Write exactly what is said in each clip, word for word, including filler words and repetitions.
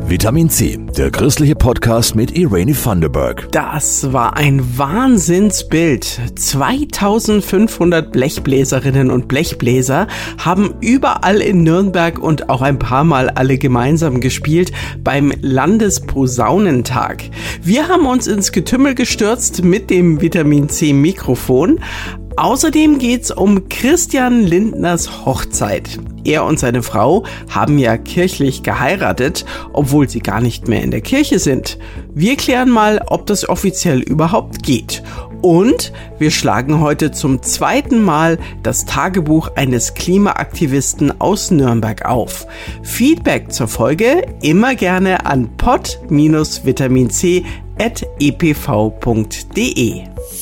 Vitamin C, der christliche Podcast mit Irene Thunderberg. Das war ein Wahnsinnsbild. zweitausendfünfhundert Blechbläserinnen und Blechbläser haben überall in Nürnberg und auch ein paar Mal alle gemeinsam gespielt beim Landesposaunentag. Wir haben uns ins Getümmel gestürzt mit dem Vitamin C Mikrofon. Außerdem geht's um Christian Lindners Hochzeit. Er und seine Frau haben ja kirchlich geheiratet, obwohl sie gar nicht mehr in der Kirche sind. Wir klären mal, ob das offiziell überhaupt geht. Und wir schlagen heute zum zweiten Mal das Tagebuch eines Klimaaktivisten aus Nürnberg auf. Feedback zur Folge immer gerne an pod dash vitamin c at e p v punkt d e.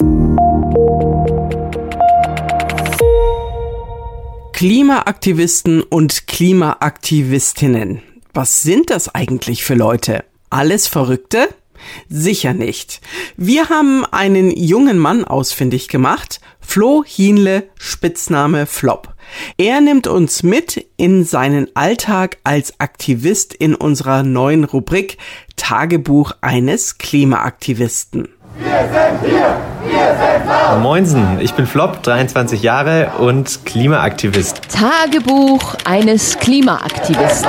Klimaaktivisten und Klimaaktivistinnen. Was sind das eigentlich für Leute? Alles Verrückte? Sicher nicht. Wir haben einen jungen Mann ausfindig gemacht, Flo Hienle, Spitzname Flop. Er nimmt uns mit in seinen Alltag als Aktivist in unserer neuen Rubrik Tagebuch eines Klimaaktivisten. Wir sind hier, wir sind laut. Moinsen, ich bin Flop, dreiundzwanzig Jahre und Klimaaktivist. Tagebuch eines Klimaaktivisten.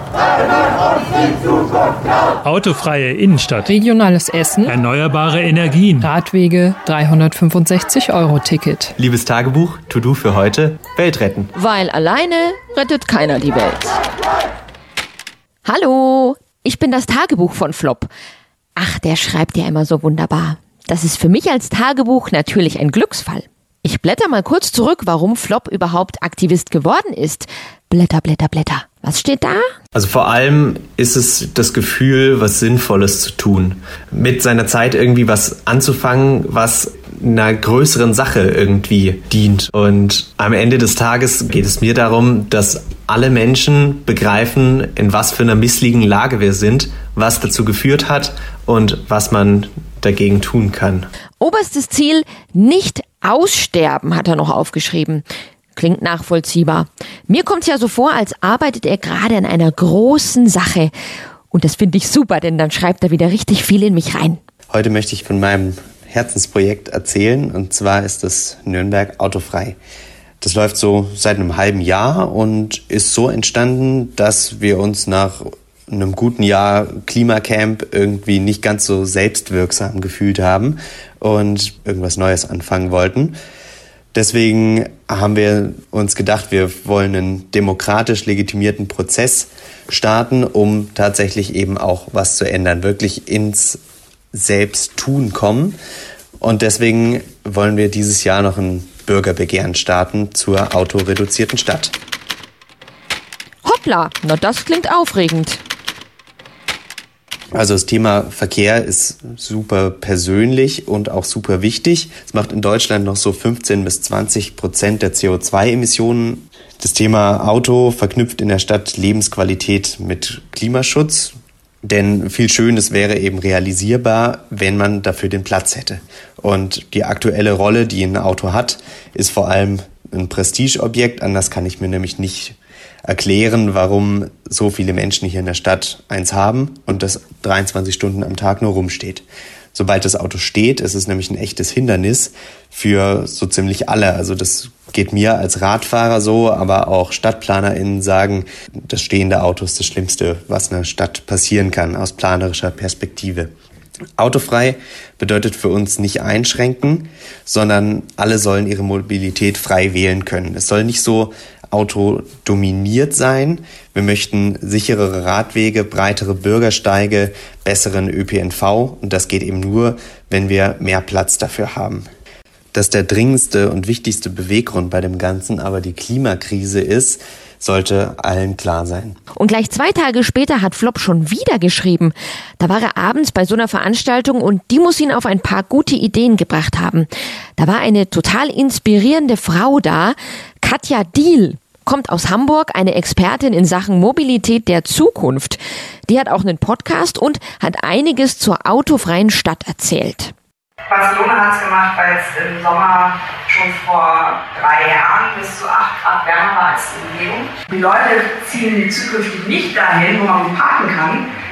Autofreie Innenstadt. Regionales Essen. Erneuerbare Energien. Radwege, dreihundertfünfundsechzig Euro Ticket. Liebes Tagebuch, To-Do für heute, Welt retten. Weil alleine rettet keiner die Welt. Hallo, ich bin das Tagebuch von Flop. Ach, der schreibt ja immer so wunderbar. Das ist für mich als Tagebuch natürlich ein Glücksfall. Ich blätter mal kurz zurück, warum Flop überhaupt Aktivist geworden ist. Blätter, Blätter, Blätter. Was steht da? Also vor allem ist es das Gefühl, was Sinnvolles zu tun. Mit seiner Zeit irgendwie was anzufangen, was einer größeren Sache irgendwie dient. Und am Ende des Tages geht es mir darum, dass alle Menschen begreifen, in was für einer missligen Lage wir sind, was dazu geführt hat und was man dagegen tun kann. Oberstes Ziel, nicht aussterben, hat er noch aufgeschrieben. Klingt nachvollziehbar. Mir kommt's ja so vor, als arbeitet er gerade an einer großen Sache. Und das finde ich super, denn dann schreibt er wieder richtig viel in mich rein. Heute möchte ich von meinem Herzensprojekt erzählen, und zwar ist das Nürnberg autofrei. Das läuft so seit einem halben Jahr und ist so entstanden, dass wir uns nach einem guten Jahr Klimacamp irgendwie nicht ganz so selbstwirksam gefühlt haben und irgendwas Neues anfangen wollten. Deswegen haben wir uns gedacht, wir wollen einen demokratisch legitimierten Prozess starten, um tatsächlich eben auch was zu ändern, wirklich ins Selbsttun kommen. Und deswegen wollen wir dieses Jahr noch ein Bürgerbegehren starten zur autoreduzierten Stadt. Hoppla, na das klingt aufregend. Also das Thema Verkehr ist super persönlich und auch super wichtig. Es macht in Deutschland noch so fünfzehn bis zwanzig Prozent der C O zwei Emissionen. Das Thema Auto verknüpft in der Stadt Lebensqualität mit Klimaschutz. Denn viel Schönes wäre eben realisierbar, wenn man dafür den Platz hätte. Und die aktuelle Rolle, die ein Auto hat, ist vor allem ein Prestigeobjekt. Anders kann ich mir nämlich nicht erklären, warum so viele Menschen hier in der Stadt eins haben und das dreiundzwanzig Stunden am Tag nur rumsteht. Sobald das Auto steht, ist es nämlich ein echtes Hindernis für so ziemlich alle. Also das geht mir als Radfahrer so, aber auch StadtplanerInnen sagen, das stehende Auto ist das Schlimmste, was einer Stadt passieren kann aus planerischer Perspektive. Autofrei bedeutet für uns nicht einschränken, sondern alle sollen ihre Mobilität frei wählen können. Es soll nicht so autodominiert sein. Wir möchten sicherere Radwege, breitere Bürgersteige, besseren Ö P N V und das geht eben nur, wenn wir mehr Platz dafür haben. Dass der dringendste und wichtigste Beweggrund bei dem Ganzen aber die Klimakrise ist, sollte allen klar sein. Und gleich zwei Tage später hat Flop schon wieder geschrieben. Da war er abends bei so einer Veranstaltung und die muss ihn auf ein paar gute Ideen gebracht haben. Da war eine total inspirierende Frau da, Katja Diehl. Kommt aus Hamburg, eine Expertin in Sachen Mobilität der Zukunft. Die hat auch einen Podcast und hat einiges zur autofreien Stadt erzählt. Barcelona hat es gemacht, weil es im Sommer schon vor drei Jahren bis zu acht Grad wärmer war als die Umgebung. Die Leute ziehen zukünftig nicht dahin, wo man parken kann,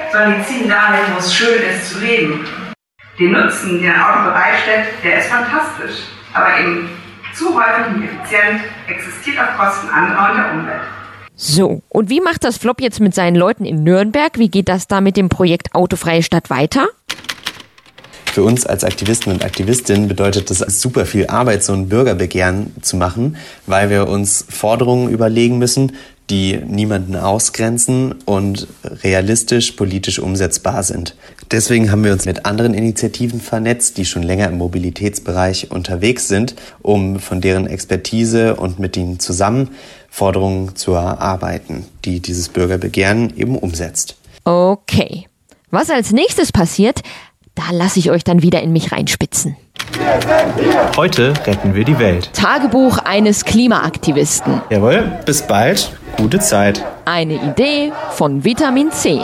sondern die ziehen dahin, wo es schön ist zu leben. Den Nutzen, den ein Auto bereitstellt, der ist fantastisch, aber eben zu häufig und effizient, existiert auf Kosten anderer und der Umwelt. So, und wie macht das Flop jetzt mit seinen Leuten in Nürnberg? Wie geht das da mit dem Projekt Autofreie Stadt weiter? Für uns als Aktivisten und Aktivistinnen bedeutet das super viel Arbeit, so ein Bürgerbegehren zu machen, weil wir uns Forderungen überlegen müssen, die niemanden ausgrenzen und realistisch politisch umsetzbar sind. Deswegen haben wir uns mit anderen Initiativen vernetzt, die schon länger im Mobilitätsbereich unterwegs sind, um von deren Expertise und mit ihnen zusammen Forderungen zu erarbeiten, die dieses Bürgerbegehren eben umsetzt. Okay. Was als nächstes passiert, da lasse ich euch dann wieder in mich reinspitzen. Heute retten wir die Welt. Tagebuch eines Klimaaktivisten. Jawohl, bis bald. Gute Zeit. Eine Idee von Vitamin C.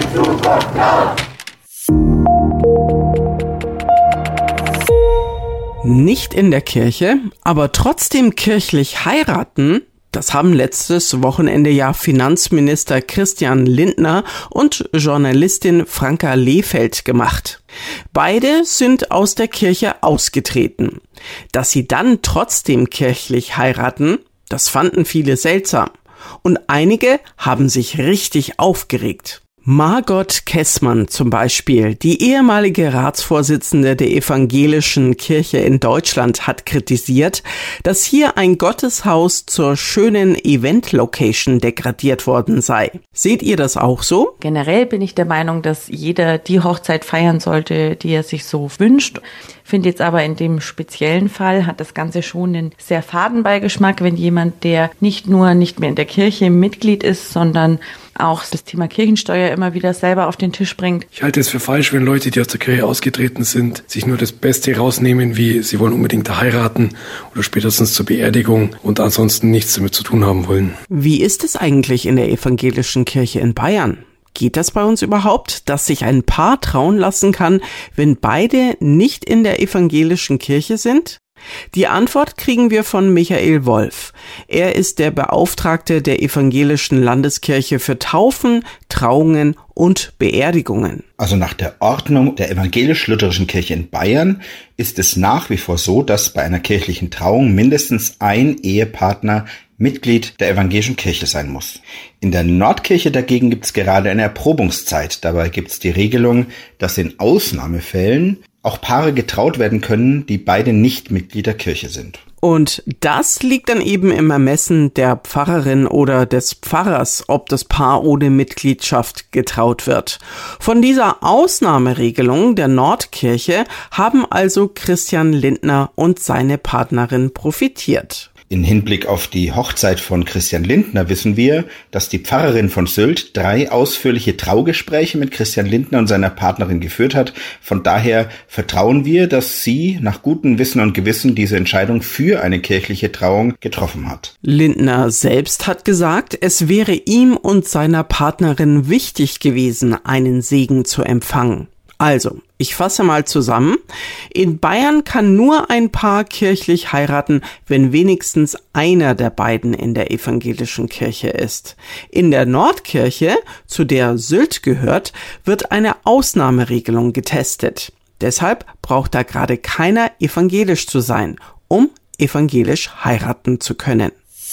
Nicht in der Kirche, aber trotzdem kirchlich heiraten, das haben letztes Wochenende ja Finanzminister Christian Lindner und Journalistin Franka Lehfeld gemacht. Beide sind aus der Kirche ausgetreten. Dass sie dann trotzdem kirchlich heiraten, das fanden viele seltsam. Und einige haben sich richtig aufgeregt. Margot Kessmann zum Beispiel, die ehemalige Ratsvorsitzende der Evangelischen Kirche in Deutschland, hat kritisiert, dass hier ein Gotteshaus zur schönen Event-Location degradiert worden sei. Seht ihr das auch so? Generell bin ich der Meinung, dass jeder die Hochzeit feiern sollte, die er sich so wünscht. Finde jetzt aber in dem speziellen Fall hat das Ganze schon einen sehr faden Beigeschmack, wenn jemand, der nicht nur nicht mehr in der Kirche Mitglied ist, sondern auch das Thema Kirchensteuer immer wieder selber auf den Tisch bringt. Ich halte es für falsch, wenn Leute, die aus der Kirche ausgetreten sind, sich nur das Beste rausnehmen, wie sie wollen unbedingt heiraten oder spätestens zur Beerdigung und ansonsten nichts damit zu tun haben wollen. Wie ist es eigentlich in der Evangelischen Kirche in Bayern? Geht das bei uns überhaupt, dass sich ein Paar trauen lassen kann, wenn beide nicht in der evangelischen Kirche sind? Die Antwort kriegen wir von Michael Wolf. Er ist der Beauftragte der Evangelischen Landeskirche für Taufen, Trauungen und Beerdigungen. Also nach der Ordnung der evangelisch-lutherischen Kirche in Bayern ist es nach wie vor so, dass bei einer kirchlichen Trauung mindestens ein Ehepartner Mitglied der evangelischen Kirche sein muss. In der Nordkirche dagegen gibt es gerade eine Erprobungszeit. Dabei gibt es die Regelung, dass in Ausnahmefällen auch Paare getraut werden können, die beide nicht Mitglied der Kirche sind. Und das liegt dann eben im Ermessen der Pfarrerin oder des Pfarrers, ob das Paar ohne Mitgliedschaft getraut wird. Von dieser Ausnahmeregelung der Nordkirche haben also Christian Lindner und seine Partnerin profitiert. In Hinblick auf die Hochzeit von Christian Lindner wissen wir, dass die Pfarrerin von Sylt drei ausführliche Traugespräche mit Christian Lindner und seiner Partnerin geführt hat. Von daher vertrauen wir, dass sie nach gutem Wissen und Gewissen diese Entscheidung für eine kirchliche Trauung getroffen hat. Lindner selbst hat gesagt, es wäre ihm und seiner Partnerin wichtig gewesen, einen Segen zu empfangen. Also, ich fasse mal zusammen. In Bayern kann nur ein Paar kirchlich heiraten, wenn wenigstens einer der beiden in der evangelischen Kirche ist. In der Nordkirche, zu der Sylt gehört, wird eine Ausnahmeregelung getestet. Deshalb braucht da gerade keiner evangelisch zu sein, um evangelisch heiraten zu können.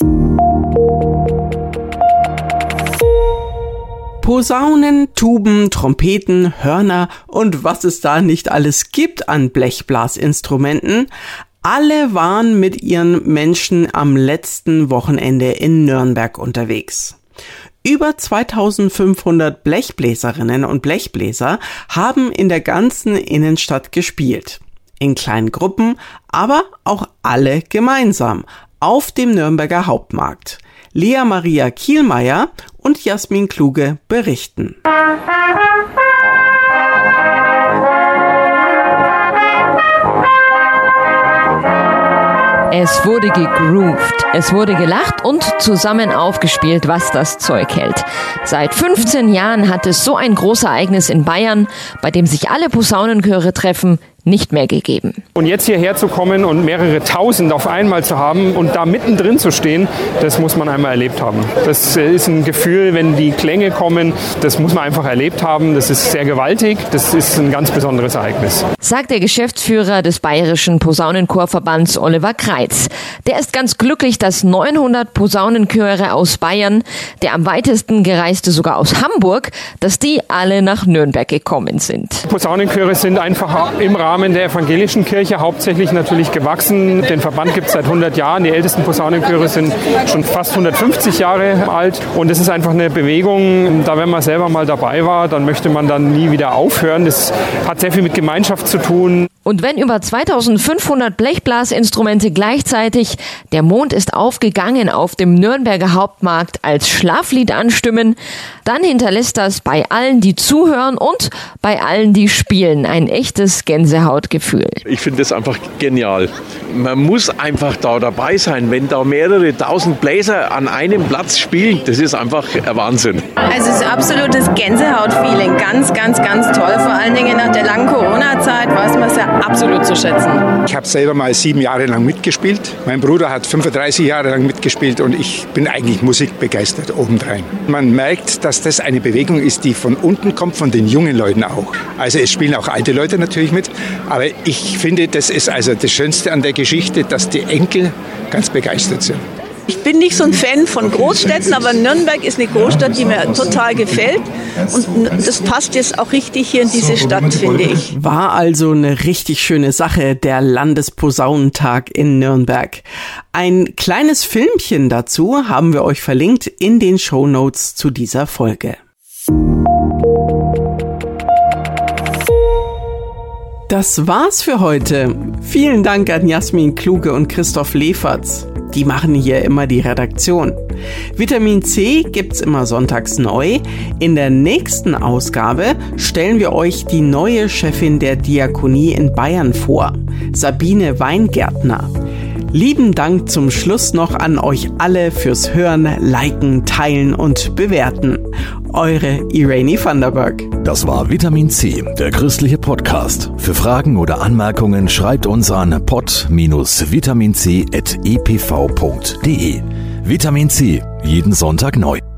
Posaunen, Tuben, Trompeten, Hörner und was es da nicht alles gibt an Blechblasinstrumenten, alle waren mit ihren Menschen am letzten Wochenende in Nürnberg unterwegs. Über zweitausendfünfhundert Blechbläserinnen und Blechbläser haben in der ganzen Innenstadt gespielt. In kleinen Gruppen, aber auch alle gemeinsam auf dem Nürnberger Hauptmarkt. Lea Maria Kielmeier und Jasmin Kluge berichten. Es wurde gegroovt, es wurde gelacht und zusammen aufgespielt, was das Zeug hält. Seit fünfzehn Jahren hat es so ein Großereignis in Bayern, bei dem sich alle Posaunenchöre treffen, nicht mehr gegeben. Und jetzt hierher zu kommen und mehrere Tausend auf einmal zu haben und da mittendrin zu stehen, das muss man einmal erlebt haben. Das ist ein Gefühl, wenn die Klänge kommen, das muss man einfach erlebt haben. Das ist sehr gewaltig, das ist ein ganz besonderes Ereignis. Sagt der Geschäftsführer des Bayerischen Posaunenchorverbands Oliver Kreitz. Der ist ganz glücklich, dass neunhundert Posaunenchöre aus Bayern, der am weitesten gereiste sogar aus Hamburg, dass die alle nach Nürnberg gekommen sind. Posaunenchöre sind einfach im Rahmen der evangelischen Kirche hauptsächlich natürlich gewachsen. Den Verband gibt es seit hundert Jahren. Die ältesten Posaunenchöre sind schon fast hundertfünfzig Jahre alt. Und es ist einfach eine Bewegung, da wenn man selber mal dabei war, dann möchte man dann nie wieder aufhören. Das hat sehr viel mit Gemeinschaft zu tun. Und wenn über zweitausendfünfhundert Blechblasinstrumente gleichzeitig Der Mond ist aufgegangen auf dem Nürnberger Hauptmarkt als Schlaflied anstimmen, dann hinterlässt das bei allen, die zuhören und bei allen, die spielen, ein echtes Gänsehautgefühl. Ich finde das einfach genial. Man muss einfach da dabei sein, wenn da mehrere tausend Bläser an einem Platz spielen. Das ist einfach ein Wahnsinn. Also es ist absolutes Gänsehaut-Feeling. Ganz, ganz, ganz toll. Vor allen Dingen nach der langen Corona-Zeit weiß man es ja absolut zu schätzen. Ich habe selber mal sieben Jahre lang mitgespielt. Mein Bruder hat fünfunddreißig Jahre lang mitgespielt und ich bin eigentlich musikbegeistert obendrein. Man merkt, dass das eine Bewegung ist, die von unten kommt, von den jungen Leuten auch. Also es spielen auch alte Leute natürlich mit, aber ich finde, das ist also das Schönste an der Geschichte, dass die Enkel ganz begeistert sind. Ich bin nicht so ein Fan von Großstädten, aber Nürnberg ist eine Großstadt, die mir total gefällt. Und das passt jetzt auch richtig hier in diese Stadt, finde ich. War also eine richtig schöne Sache, der Landesposaunentag in Nürnberg. Ein kleines Filmchen dazu haben wir euch verlinkt in den Shownotes zu dieser Folge. Das war's für heute. Vielen Dank an Jasmin Kluge und Christoph Leferz. Die machen hier immer die Redaktion. Vitamin C gibt's immer sonntags neu. In der nächsten Ausgabe stellen wir euch die neue Chefin der Diakonie in Bayern vor, Sabine Weingärtner. Lieben Dank zum Schluss noch an euch alle fürs Hören, Liken, Teilen und Bewerten. Eure Irene Vanderberg. Das war Vitamin C, der christliche Podcast. Für Fragen oder Anmerkungen schreibt uns an pod dash vitamin c at e p v punkt d e. Vitamin C, jeden Sonntag neu.